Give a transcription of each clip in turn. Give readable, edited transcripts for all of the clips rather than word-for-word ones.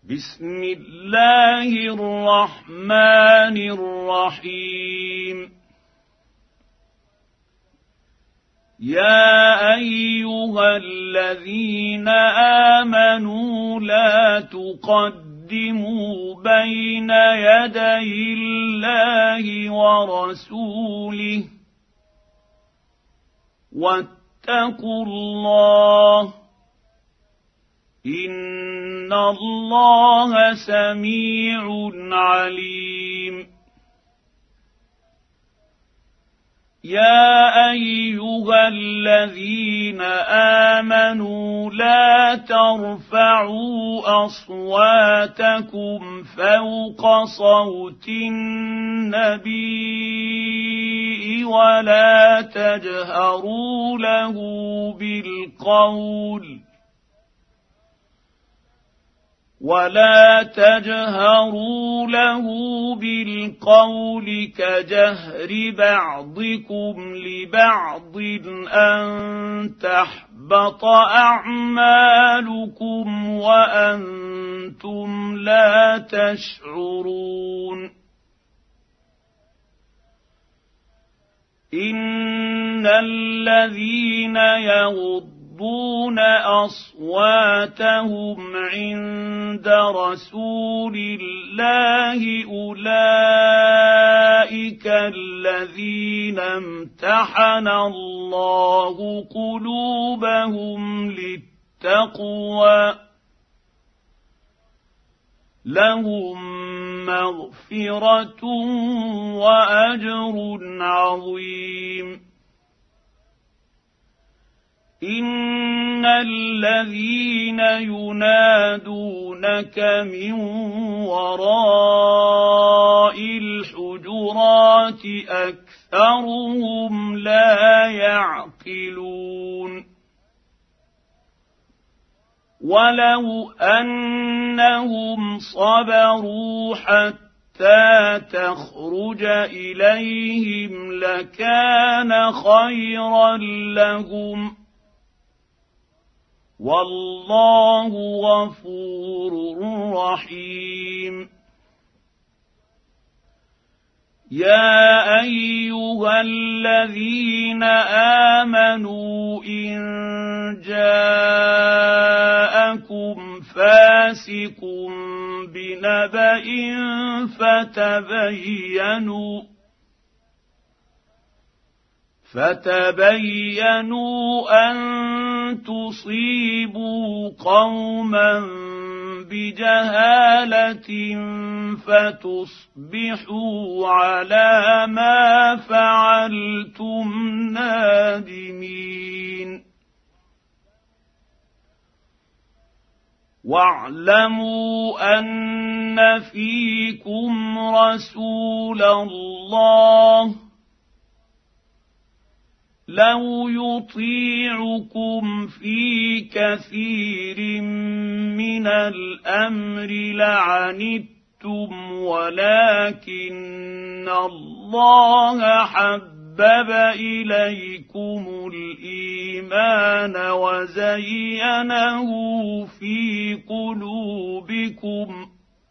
بسم الله الرحمن الرحيم يا ايها الذين امنوا لا تقدموا بين يدي الله ورسوله واتقوا الله ان الله سميع عليم يا ايها الذين امنوا لا ترفعوا اصواتكم فوق صوت النبي ولا تجهروا له بالقول كجهر بعضكم لبعض ان تحبط اعمالكم وانتم لا تشعرون ان الذين يغضون اصواتهم عند رسول الله اولئك الذين امتحن الله قلوبهم للتقوى لهم مغفرة واجر عظيم ان الذين ينادونك من وراء الحجرات اكثرهم لا يعقلون ولو انهم صبروا حتى تخرج اليهم لكان خيرا لهم والله غفور رحيم يا ايها الذين امنوا ان جاءكم فاسق بنبأ فتبينوا ان تصيبوا قوما بجهاله فتصبحوا على ما فعلتم نادمين واعلموا ان فيكم رسول الله لو يطيعكم في كثير من الامر لعنتم ولكن الله حبب اليكم الايمان وزينه في قلوبكم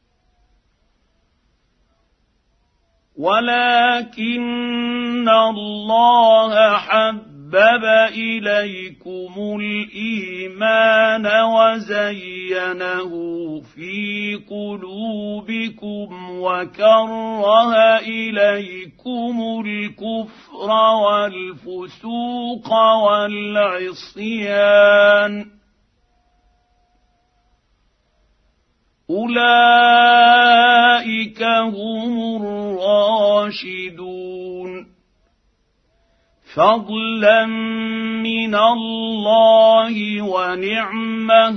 ولكن الله حبب اليكم الايمان وزينه في قلوبكم وكره اليكم الكفر والفسوق والعصيان اولئك هم الراشدون فضلا من الله ونعمه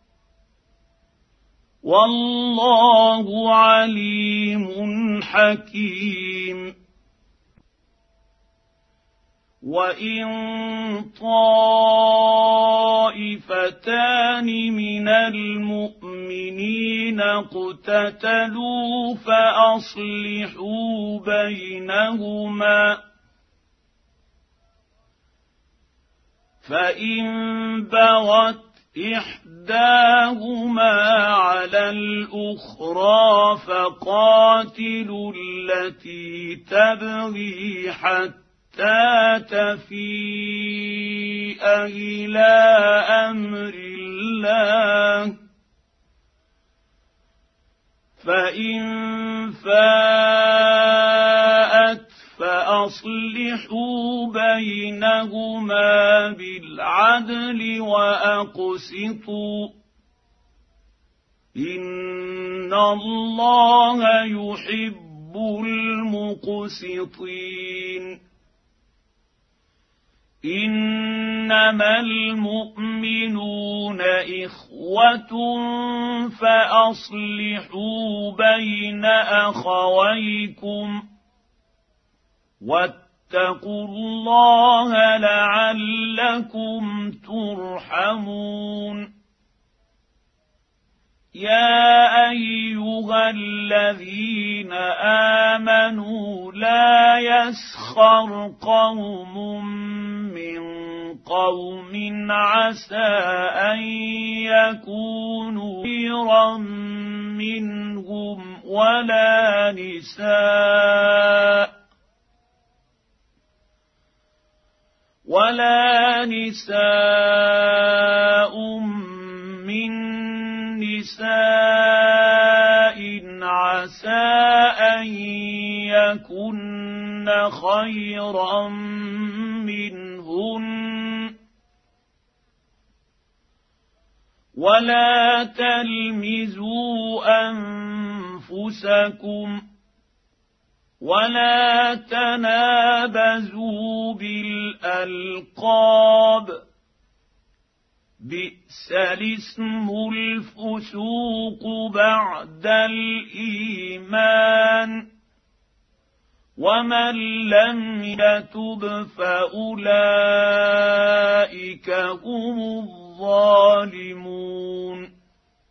والله عليم حكيم وان طائفتان من المؤمنين اقتتلوا فاصلحوا بينهما فان بغت إحداهما على الأخرى فقاتلوا التي تبغي حتى تفيء إلى أمر الله، فإن فاءت فأصلحوا بينهما بالعدل وأقسطوا، إن الله يحب المقسطين. إنما المؤمنون إخوة فأصلحوا بين أخويكم واتقوا الله لعلكم ترحمون. يا أيها الذين آمنوا لا يسخر قوم من قوم عسى أن يكونوا خيرا منهم ولا نساء من نساء عسى أن يكن خيرا منهن، ولا تلمزوا أنفسكم ولا تنابزوا بالألقاب، بئس الاسم الفسوق بعد الإيمان، ومن لم يتب فأولئك هم الظالمون.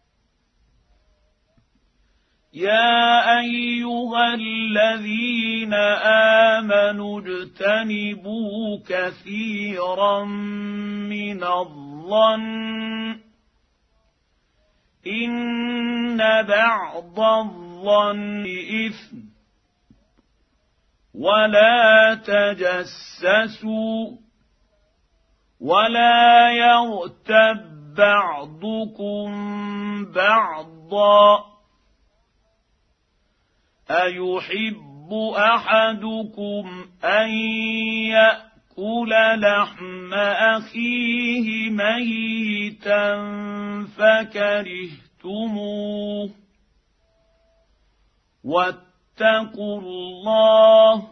يا أيها الذين آمنوا اجتنبوا كثيرا من الظن إن بعض الظن إثم، ولا تجسسوا ولا يغتب بعضكم بعضا، أيحب أحدكم أن يأكل لحم أخيه ميتا فكرهتموه، واتقوا الله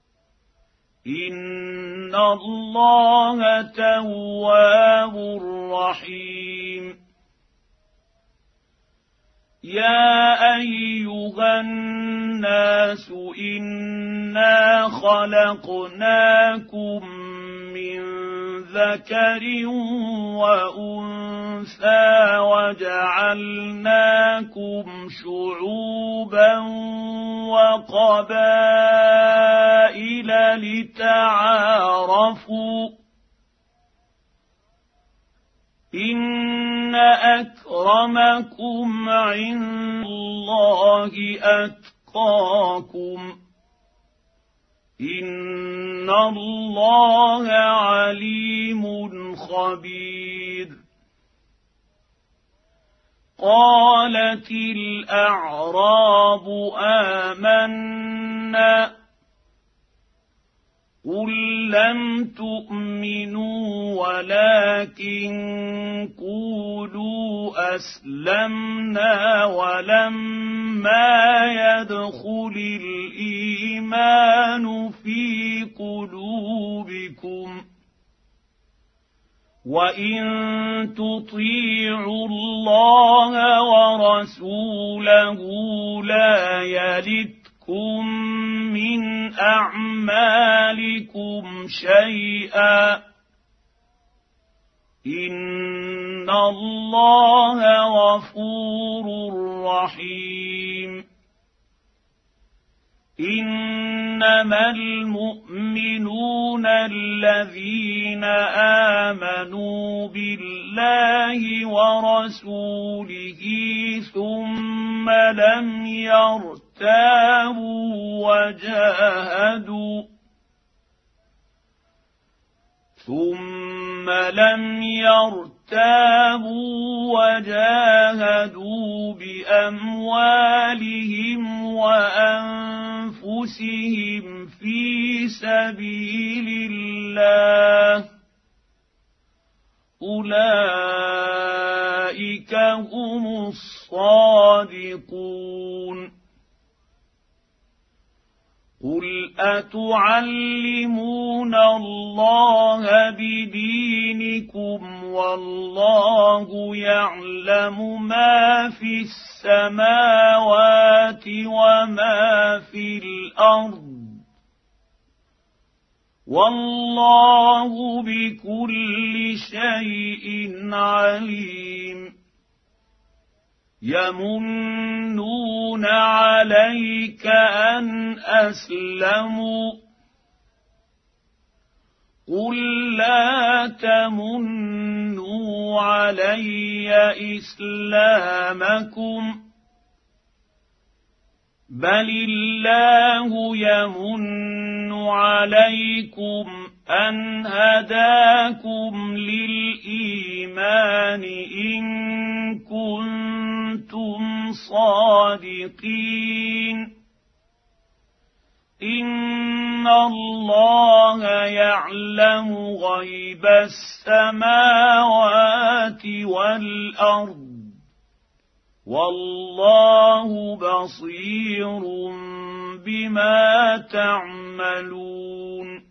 إن الله تواب رحيم. يا أيها الناس إنا خلقناكم من ذكر وأنثى وجعلناكم شعوبا وقبائل لتعارفوا، إن أكرمكم عند الله أتقاكم، إن الله عليم خبير. قالت الأعراب آمنا، قل لم تؤمنوا ولكن قولوا أسلمنا ولما يدخل الإيمان في قلوبكم، وإن تطيعوا الله ورسوله لا يلتكم من أعمالكم شيئا، إن الله غفور رحيم. إنما المؤمنون الذين آمنوا بالله الله ورسوله ثم لم يرتابوا وجاهدوا باموالهم وانفسهم في سبيل الله اولئك هم الصادقون. قل اتعلمون الله بدينكم والله يعلم ما في السماوات وما في الارض والله بكل شيء عليم. يمنون عليك ان اسلموا قل لا تمنوا علي اسلامكم بل الله يمن عليكم ان هداكم للايمان ان كنتم صادقين. ان الله يعلم غيب السماوات والارض والله بصير بما تعملون.